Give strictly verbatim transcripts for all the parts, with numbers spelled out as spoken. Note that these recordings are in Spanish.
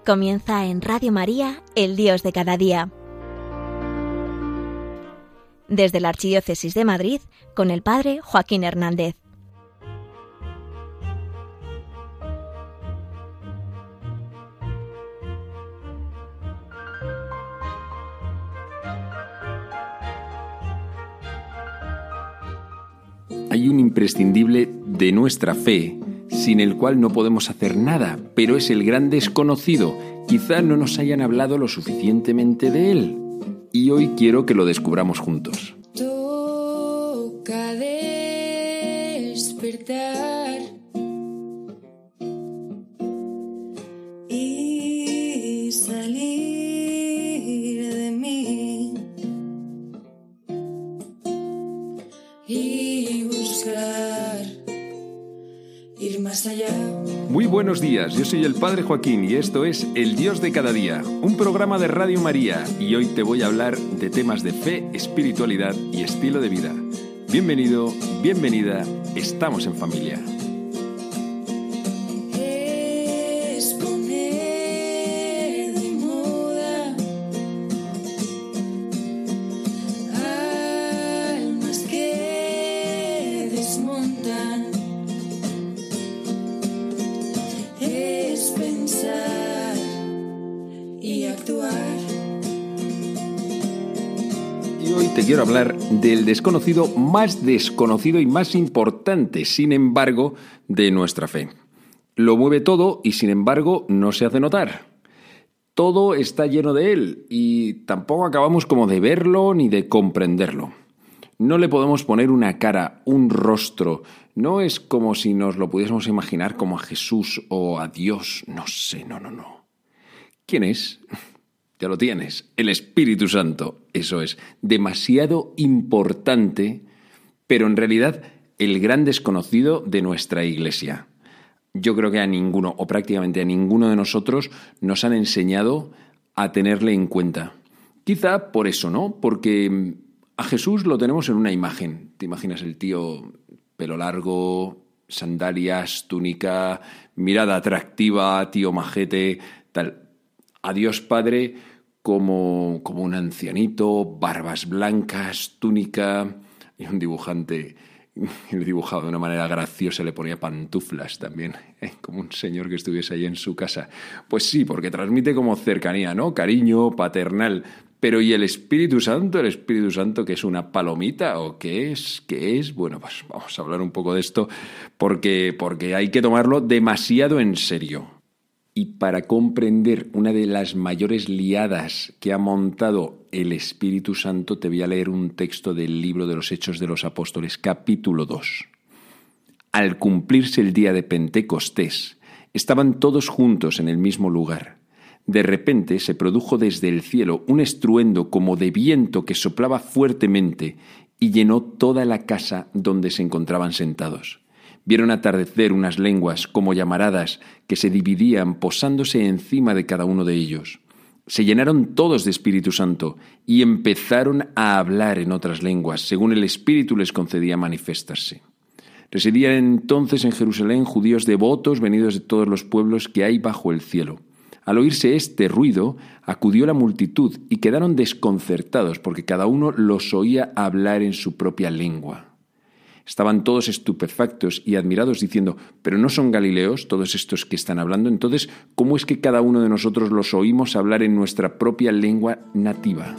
Comienza en Radio María, El Dios de cada día. Desde la Archidiócesis de Madrid, con el Padre Joaquín Hernández. Hay un imprescindible de nuestra fe, sin el cual no podemos hacer nada, pero es el gran desconocido. Quizá no nos hayan hablado lo suficientemente de él. Y hoy quiero que lo descubramos juntos. Toca despertar y salir de mí y buscar ir más allá. Muy buenos días, yo soy el Padre Joaquín y esto es El Dios de cada día, un programa de Radio María, y hoy te voy a hablar de temas de fe, espiritualidad y estilo de vida. Bienvenido, bienvenida, estamos en familia. Es poner de moda almas que desmontan. Es pensar y actuar. Y hoy te quiero hablar del desconocido más desconocido y más importante, sin embargo, de nuestra fe. Lo mueve todo y, sin embargo, no se hace notar. Todo está lleno de él y tampoco acabamos como de verlo ni de comprenderlo. No le podemos poner una cara, un rostro. No es como si nos lo pudiésemos imaginar como a Jesús o a Dios. No sé, no, no, no. ¿Quién es? Ya lo tienes, el Espíritu Santo. Eso es demasiado importante, pero en realidad el gran desconocido de nuestra Iglesia. Yo creo que a ninguno, o prácticamente a ninguno de nosotros, nos han enseñado a tenerle en cuenta. Quizá por eso, ¿no? Porque a Jesús lo tenemos en una imagen. ¿Te imaginas el tío pelo largo, sandalias, túnica, mirada atractiva, tío majete, tal? A Dios Padre como, como un ancianito, barbas blancas, túnica, y un dibujante lo dibujaba de una manera graciosa, le ponía pantuflas también, ¿eh? Como un señor que estuviese ahí en su casa. Pues sí, porque transmite como cercanía, ¿no? Cariño, paternal. Pero ¿y el Espíritu Santo? ¿El Espíritu Santo que es una palomita o qué es? ¿Qué es? Bueno, pues vamos a hablar un poco de esto porque, porque hay que tomarlo demasiado en serio. Y para comprender una de las mayores liadas que ha montado el Espíritu Santo, te voy a leer un texto del libro de los Hechos de los Apóstoles, capítulo dos. Al cumplirse el día de Pentecostés, estaban todos juntos en el mismo lugar. De repente se produjo desde el cielo un estruendo como de viento que soplaba fuertemente y llenó toda la casa donde se encontraban sentados. Vieron atardecer unas lenguas como llamaradas que se dividían posándose encima de cada uno de ellos. Se llenaron todos de Espíritu Santo y empezaron a hablar en otras lenguas, según el Espíritu les concedía manifestarse. Residían entonces en Jerusalén judíos devotos venidos de todos los pueblos que hay bajo el cielo. Al oírse este ruido, acudió la multitud y quedaron desconcertados porque cada uno los oía hablar en su propia lengua. Estaban todos estupefactos y admirados diciendo, ¿pero no son galileos todos estos que están hablando? Entonces, ¿cómo es que cada uno de nosotros los oímos hablar en nuestra propia lengua nativa?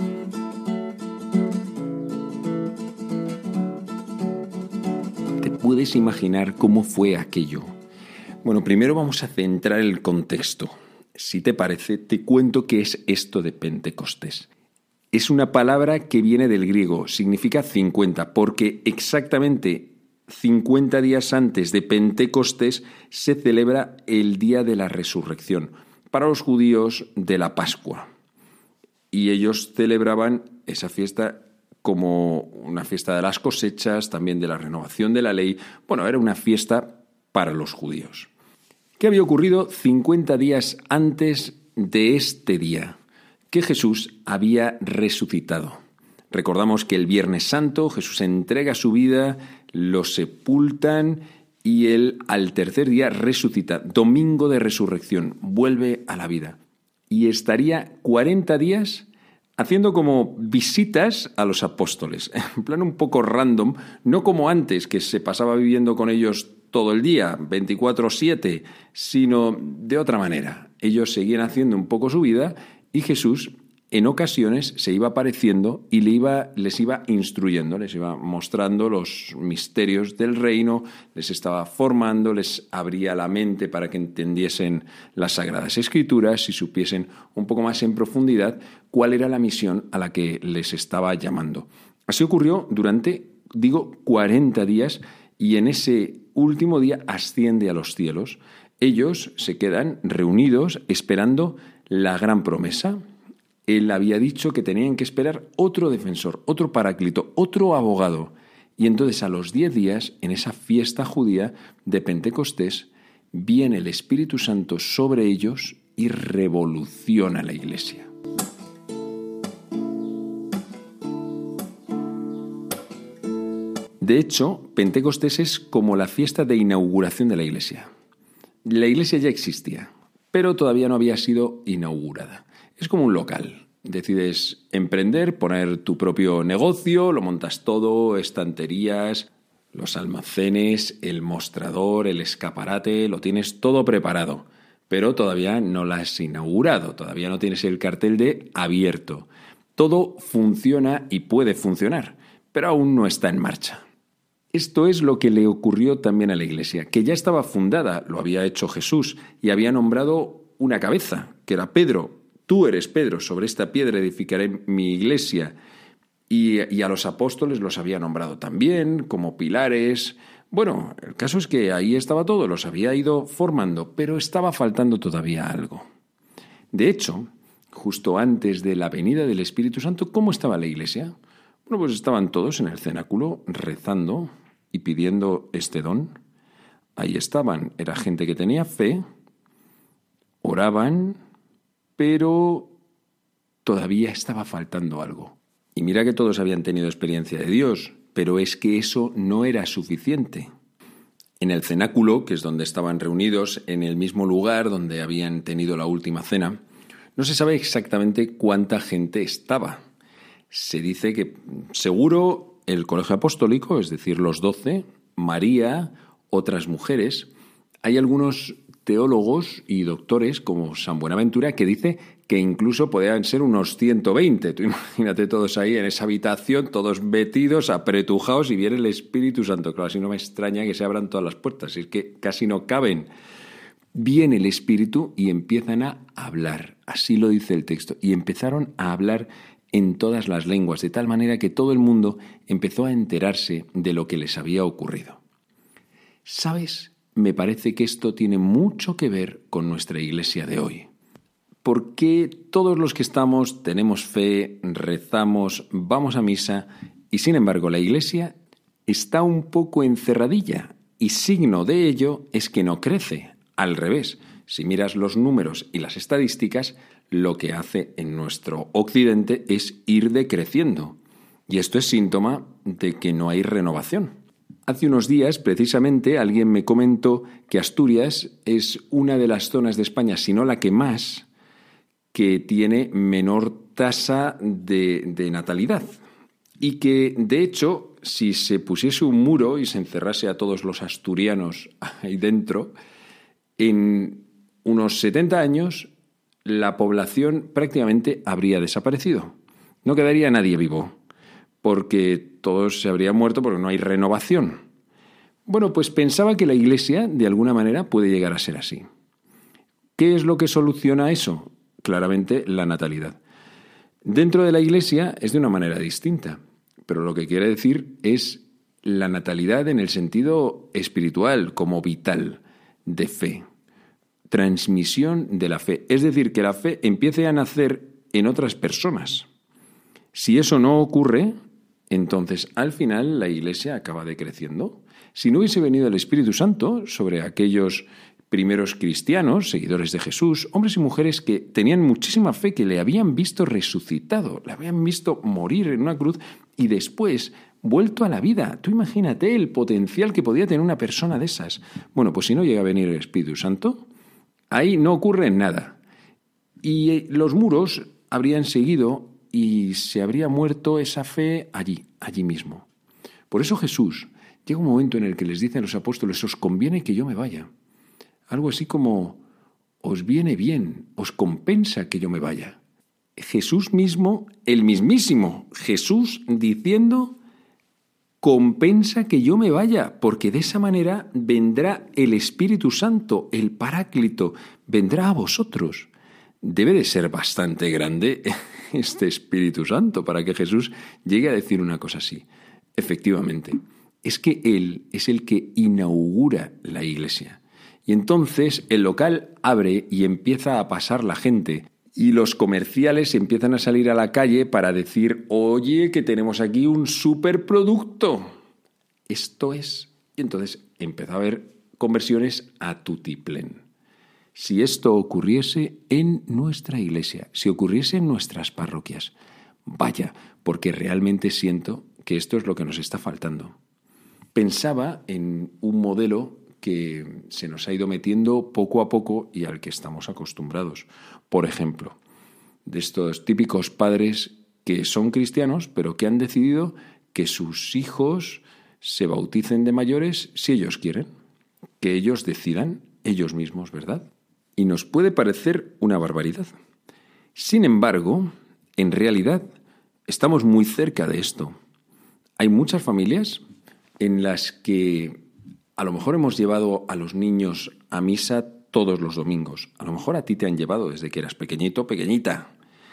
¿Te puedes imaginar cómo fue aquello? Bueno, primero vamos a centrar el contexto. Si te parece, te cuento qué es esto de Pentecostés. Es una palabra que viene del griego, significa cincuenta, porque exactamente cincuenta días antes de Pentecostés se celebra el día de la resurrección, para los judíos de la Pascua. Y ellos celebraban esa fiesta como una fiesta de las cosechas, también de la renovación de la ley. Bueno, era una fiesta para los judíos. ¿Qué había ocurrido cincuenta días antes de este día? Que Jesús había resucitado. Recordamos que el Viernes Santo Jesús entrega su vida, lo sepultan y él al tercer día resucita. Domingo de resurrección, vuelve a la vida. y estaría cuarenta días haciendo como visitas a los apóstoles, en plan un poco random, no como antes, que se pasaba viviendo con ellos todo el día, veinticuatro siete, sino de otra manera. Ellos seguían haciendo un poco su vida y Jesús en ocasiones se iba apareciendo y le iba, les iba instruyendo, les iba mostrando los misterios del reino, les estaba formando, les abría la mente para que entendiesen las Sagradas Escrituras y supiesen un poco más en profundidad cuál era la misión a la que les estaba llamando. Así ocurrió durante, digo, cuarenta días, y en ese último día asciende a los cielos. Ellos se quedan reunidos esperando la gran promesa. Él había dicho que tenían que esperar otro defensor, otro paráclito, otro abogado. Y entonces a los diez días, en esa fiesta judía de Pentecostés, viene el Espíritu Santo sobre ellos y revoluciona la Iglesia. De hecho, Pentecostés es como la fiesta de inauguración de la Iglesia. La Iglesia ya existía, pero todavía no había sido inaugurada. Es como un local. Decides emprender, poner tu propio negocio, lo montas todo, estanterías, los almacenes, el mostrador, el escaparate, lo tienes todo preparado, pero todavía no lo has inaugurado, todavía no tienes el cartel de abierto. Todo funciona y puede funcionar, pero aún no está en marcha. Esto es lo que le ocurrió también a la Iglesia, que ya estaba fundada, lo había hecho Jesús, y había nombrado una cabeza, que era Pedro. Tú eres Pedro, sobre esta piedra edificaré mi iglesia. Y, y a los apóstoles los había nombrado también como pilares. Bueno, el caso es que ahí estaba todo, los había ido formando, pero estaba faltando todavía algo. De hecho, justo antes de la venida del Espíritu Santo, ¿cómo estaba la iglesia? Bueno, pues estaban todos en el cenáculo rezando y pidiendo este don. Ahí estaban, era gente que tenía fe, oraban, pero todavía estaba faltando algo. Y mira que todos habían tenido experiencia de Dios, pero es que eso no era suficiente. En el cenáculo, que es donde estaban reunidos, en el mismo lugar donde habían tenido la última cena, no se sabe exactamente cuánta gente estaba. Se dice que seguro el colegio apostólico, es decir, los doce, María, otras mujeres. Hay algunos teólogos y doctores como San Buenaventura que dice que incluso podían ser unos ciento veinte. Tú imagínate todos ahí en esa habitación, todos metidos, apretujados, y viene el Espíritu Santo. Claro, así no me extraña que se abran todas las puertas, es que casi no caben. Viene el Espíritu y empiezan a hablar, así lo dice el texto, y empezaron a hablar en todas las lenguas, de tal manera que todo el mundo empezó a enterarse de lo que les había ocurrido. ¿Sabes? Me parece que esto tiene mucho que ver con nuestra iglesia de hoy. Porque todos los que estamos tenemos fe, rezamos, vamos a misa, y sin embargo la iglesia está un poco encerradilla, y signo de ello es que no crece. Al revés, si miras los números y las estadísticas, lo que hace en nuestro occidente es ir decreciendo. Y esto es síntoma de que no hay renovación. Hace unos días, precisamente, alguien me comentó que Asturias es una de las zonas de España, si no la que más, que tiene menor tasa de, de natalidad. Y que, de hecho, si se pusiese un muro y se encerrase a todos los asturianos ahí dentro, en unos setenta años la población prácticamente habría desaparecido. No quedaría nadie vivo, porque todos se habrían muerto porque no hay renovación. Bueno, pues pensaba que la Iglesia, de alguna manera, puede llegar a ser así. ¿Qué es lo que soluciona eso? Claramente, la natalidad. Dentro de la Iglesia es de una manera distinta, pero lo que quiere decir es la natalidad en el sentido espiritual, como vital, de fe. Transmisión de la fe. Es decir, que la fe empiece a nacer en otras personas. Si eso no ocurre, entonces al final la Iglesia acaba decreciendo. Si no hubiese venido el Espíritu Santo sobre aquellos primeros cristianos, seguidores de Jesús, hombres y mujeres que tenían muchísima fe, que le habían visto resucitado, le habían visto morir en una cruz y después vuelto a la vida. Tú imagínate el potencial que podía tener una persona de esas. Bueno, pues si no llega a venir el Espíritu Santo, ahí no ocurre nada. Y los muros habrían seguido y se habría muerto esa fe allí, allí mismo. Por eso Jesús llega un momento en el que les dice a los apóstoles: os conviene que yo me vaya. Algo así como: os viene bien, os compensa que yo me vaya. Jesús mismo, el mismísimo Jesús, diciendo: compensa que yo me vaya, porque de esa manera vendrá el Espíritu Santo, el Paráclito, vendrá a vosotros. Debe de ser bastante grande este Espíritu Santo para que Jesús llegue a decir una cosa así. Efectivamente, es que Él es el que inaugura la iglesia. Y entonces el local abre y empieza a pasar la gente. Y los comerciales empiezan a salir a la calle para decir: oye, que tenemos aquí un superproducto. Esto es. Y entonces empezó a haber conversiones a tutiplén. Si esto ocurriese en nuestra iglesia, si ocurriese en nuestras parroquias, vaya, porque realmente siento que esto es lo que nos está faltando. Pensaba en un modelo que se nos ha ido metiendo poco a poco y al que estamos acostumbrados. Por ejemplo, de estos típicos padres que son cristianos, pero que han decidido que sus hijos se bauticen de mayores si ellos quieren, que ellos decidan ellos mismos, ¿verdad? Y nos puede parecer una barbaridad. Sin embargo, en realidad, estamos muy cerca de esto. Hay muchas familias en las que a lo mejor hemos llevado a los niños a misa todos los domingos. A lo mejor a ti te han llevado desde que eras pequeñito, pequeñita.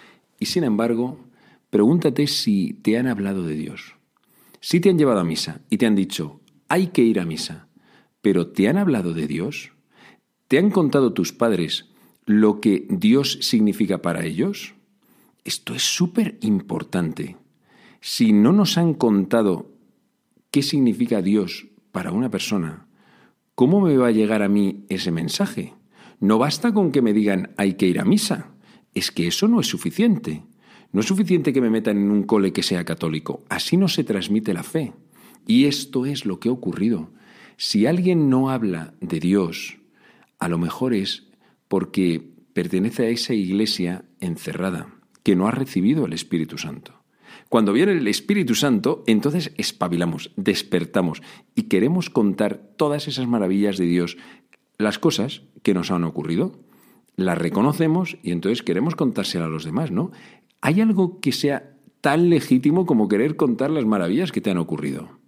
Y sin embargo, pregúntate si te han hablado de Dios. Si te han llevado a misa y te han dicho: hay que ir a misa, pero ¿te han hablado de Dios? ¿Te han contado tus padres lo que Dios significa para ellos? Esto es súper importante. Si no nos han contado qué significa Dios para una persona, ¿cómo me va a llegar a mí ese mensaje? No basta con que me digan: hay que ir a misa. Es que eso no es suficiente. No es suficiente que me metan en un cole que sea católico. Así no se transmite la fe. Y esto es lo que ha ocurrido. Si alguien no habla de Dios, a lo mejor es porque pertenece a esa iglesia encerrada, que no ha recibido el Espíritu Santo. Cuando viene el Espíritu Santo, entonces espabilamos, despertamos y queremos contar todas esas maravillas de Dios, las cosas que nos han ocurrido, las reconocemos y entonces queremos contárselas a los demás, ¿no? ¿Hay algo que sea tan legítimo como querer contar las maravillas que te han ocurrido?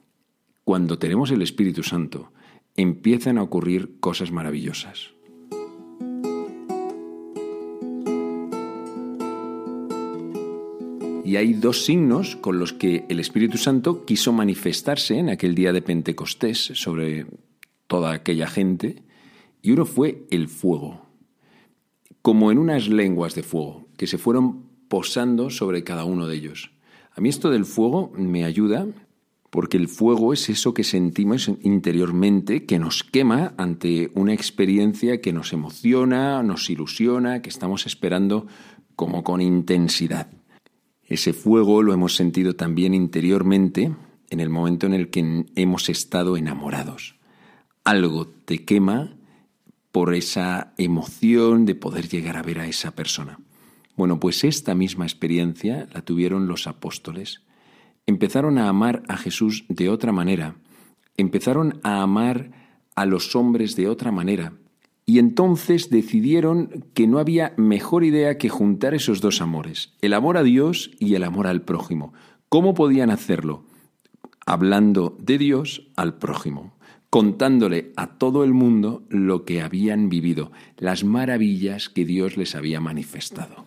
Cuando tenemos el Espíritu Santo, empiezan a ocurrir cosas maravillosas. Y hay dos signos con los que el Espíritu Santo quiso manifestarse en aquel día de Pentecostés sobre toda aquella gente, y uno fue el fuego, como en unas lenguas de fuego, que se fueron posando sobre cada uno de ellos. A mí esto del fuego me ayuda, porque el fuego es eso que sentimos interiormente, que nos quema ante una experiencia que nos emociona, nos ilusiona, que estamos esperando como con intensidad. Ese fuego lo hemos sentido también interiormente en el momento en el que hemos estado enamorados. Algo te quema por esa emoción de poder llegar a ver a esa persona. Bueno, pues esta misma experiencia la tuvieron los apóstoles. Empezaron a amar a Jesús de otra manera. Empezaron a amar a los hombres de otra manera. Y entonces decidieron que no había mejor idea que juntar esos dos amores, el amor a Dios y el amor al prójimo. ¿Cómo podían hacerlo? Hablando de Dios al prójimo, contándole a todo el mundo lo que habían vivido, las maravillas que Dios les había manifestado.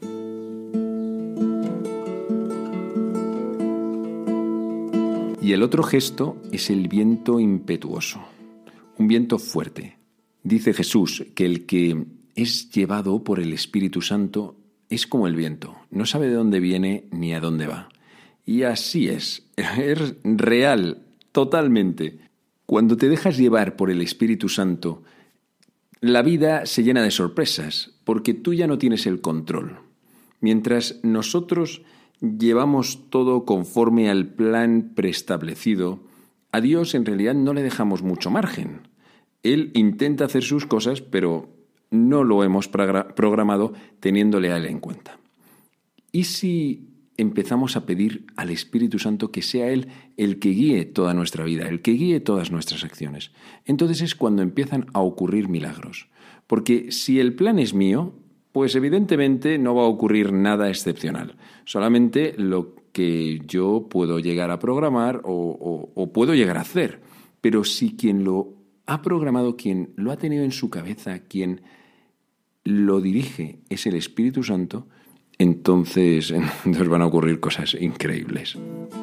Y el otro gesto es el viento impetuoso, un viento fuerte. Dice Jesús que el que es llevado por el Espíritu Santo es como el viento, no sabe de dónde viene ni a dónde va. Y así es, es real, totalmente. Cuando te dejas llevar por el Espíritu Santo, la vida se llena de sorpresas, porque tú ya no tienes el control. Mientras nosotros llevamos todo conforme al plan preestablecido, a Dios en realidad no le dejamos mucho margen. Él intenta hacer sus cosas, pero no lo hemos programado teniéndole a Él en cuenta. ¿Y si empezamos a pedir al Espíritu Santo que sea Él el que guíe toda nuestra vida, el que guíe todas nuestras acciones? Entonces es cuando empiezan a ocurrir milagros. Porque si el plan es mío, pues evidentemente no va a ocurrir nada excepcional. Solamente lo que yo puedo llegar a programar o, o, o puedo llegar a hacer. Pero si quien lo ha programado, quien lo ha tenido en su cabeza, quien lo dirige es el Espíritu Santo, entonces nos van a ocurrir cosas increíbles.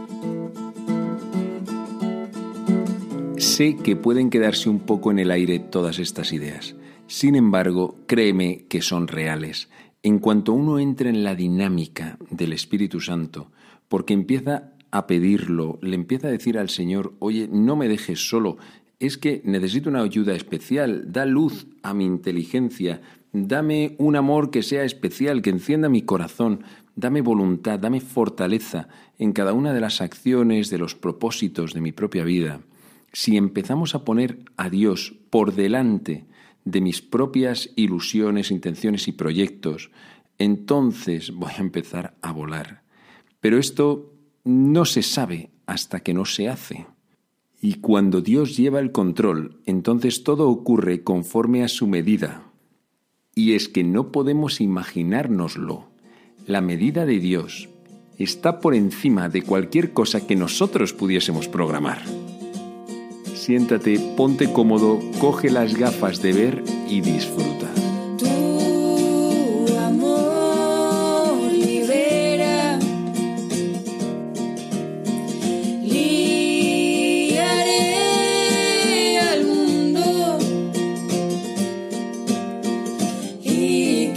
Sé que pueden quedarse un poco en el aire todas estas ideas. Sin embargo, créeme que son reales. En cuanto uno entra en la dinámica del Espíritu Santo, porque empieza a pedirlo, le empieza a decir al Señor, oye, no me dejes solo, es que necesito una ayuda especial, da luz a mi inteligencia, dame un amor que sea especial, que encienda mi corazón, dame voluntad, dame fortaleza en cada una de las acciones, de los propósitos de mi propia vida. Si empezamos a poner a Dios por delante de mis propias ilusiones, intenciones y proyectos, entonces voy a empezar a volar. Pero esto no se sabe hasta que no se hace. Y cuando Dios lleva el control, entonces todo ocurre conforme a su medida. Y es que no podemos imaginárnoslo. La medida de Dios está por encima de cualquier cosa que nosotros pudiésemos programar. Siéntate, ponte cómodo, coge las gafas de ver y disfruta. Tu amor libera, liaré al mundo y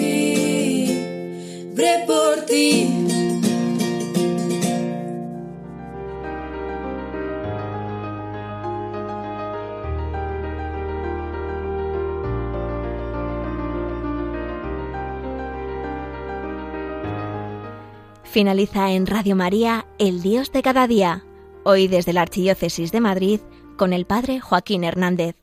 que vibre por ti. Finaliza en Radio María, El Dios de cada día, hoy desde la Archidiócesis de Madrid, con el Padre Joaquín Hernández.